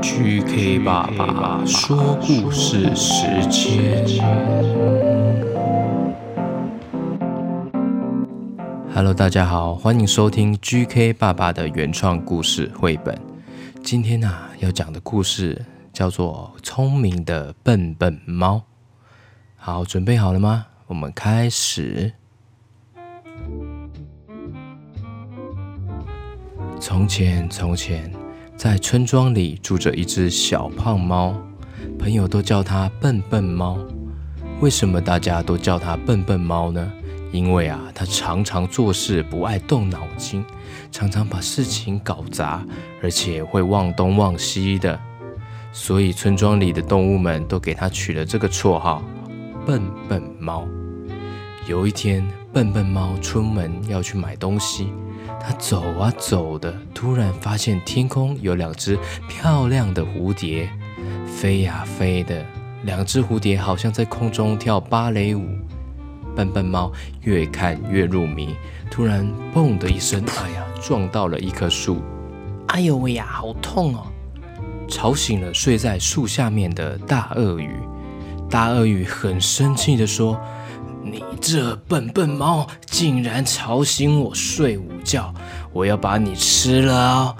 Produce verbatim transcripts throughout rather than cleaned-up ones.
G K 爸爸说故事时间。Hello， 大家好，欢迎收听 G K 爸爸的原创故事绘本。今天啊，要讲的故事叫做《聪明的笨笨猫》。好，准备好了吗？我们开始。从前，从前，在村庄里住着一只小胖猫，朋友都叫它笨笨猫。为什么大家都叫它笨笨猫呢？因为啊，它常常做事不爱动脑筋，常常把事情搞砸，而且会忘东忘西的。所以村庄里的动物们都给它取了这个绰号——笨笨猫。有一天，笨笨猫出门要去买东西。他走啊走的，突然发现天空有两只漂亮的蝴蝶，飞呀飞的，两只蝴蝶好像在空中跳芭蕾舞。笨笨猫越看越入迷，突然砰的一声，哎呀，撞到了一棵树，哎呦喂呀，好痛哦！吵醒了睡在树下面的大鳄鱼。大鳄鱼很生气地说：你这笨笨猫竟然吵醒我睡午觉，我要把你吃了哦！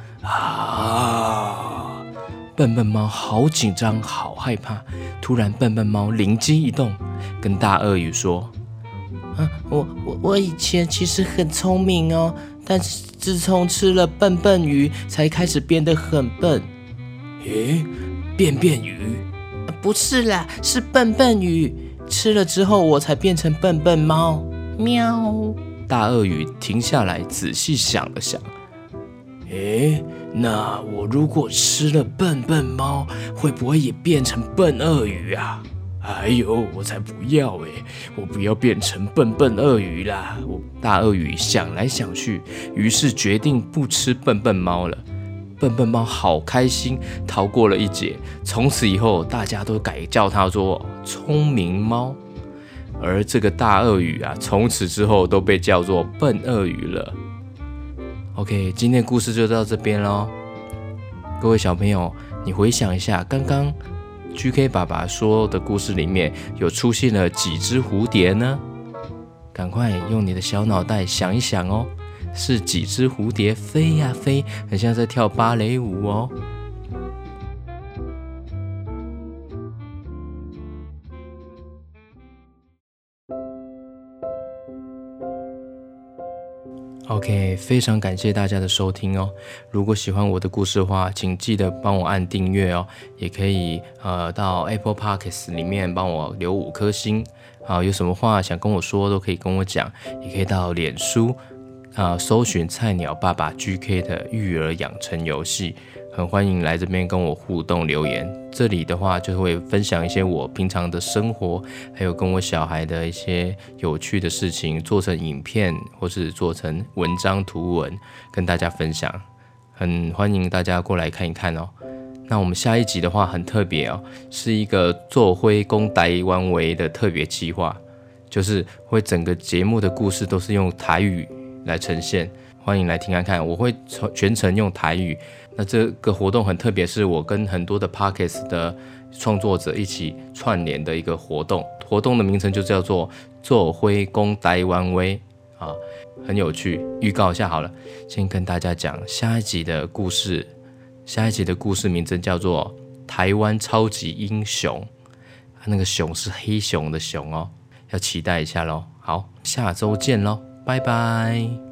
啊！笨笨猫好紧张，好害怕。突然，笨笨猫灵机一动，跟大鳄鱼说：啊，我我我以前其实很聪明哦，但是自从吃了笨笨鱼，才开始变得很笨。诶，便便鱼？不是啦，是笨笨鱼。吃了之后，我才变成笨笨猫。喵！大鳄鱼停下来，仔细想了想。诶，那我如果吃了笨笨猫，会不会也变成笨鳄鱼啊？哎呦，我才不要诶，我不要变成笨笨鳄鱼啦！大鳄鱼想来想去，于是决定不吃笨笨猫了。笨笨猫好开心，逃过了一劫。从此以后，大家都改叫它做聪明猫。而这个大鳄鱼啊，从此之后都被叫做笨鳄鱼了。OK， 今天的故事就到这边咯。各位小朋友，你回想一下，刚刚 G K 爸爸说的故事里面有出现了几只蝴蝶呢？赶快用你的小脑袋想一想哦。是几只蝴蝶飞呀飞，很像在跳芭蕾舞哦。OK， 非常感谢大家的收听哦。如果喜欢我的故事的话，请记得帮我按订阅哦。也可以呃到 Apple Podcast 里面帮我留五颗星。好，有什么话想跟我说，都可以跟我讲。也可以到脸书。啊，搜寻菜鸟爸爸 G K 的育儿养成游戏，很欢迎来这边跟我互动留言。这里的话就会分享一些我平常的生活，还有跟我小孩的一些有趣的事情，做成影片或是做成文章图文跟大家分享，很欢迎大家过来看一看哦。那我们下一集的话很特别哦，是一个做灰公台湾围的特别企划，就是会整个节目的故事都是用台语来呈现，欢迎来听看看。我会全程用台语。那这个活动很特别，是我跟很多的 Podcast 的创作者一起串联的一个活动。活动的名称就叫做“做灰公台湾威”啊，很有趣。预告一下好了，先跟大家讲下一集的故事。下一集的故事名称叫做《台湾超级英雄》，那个熊是黑熊的熊哦，要期待一下咯。好，下周见咯。拜拜。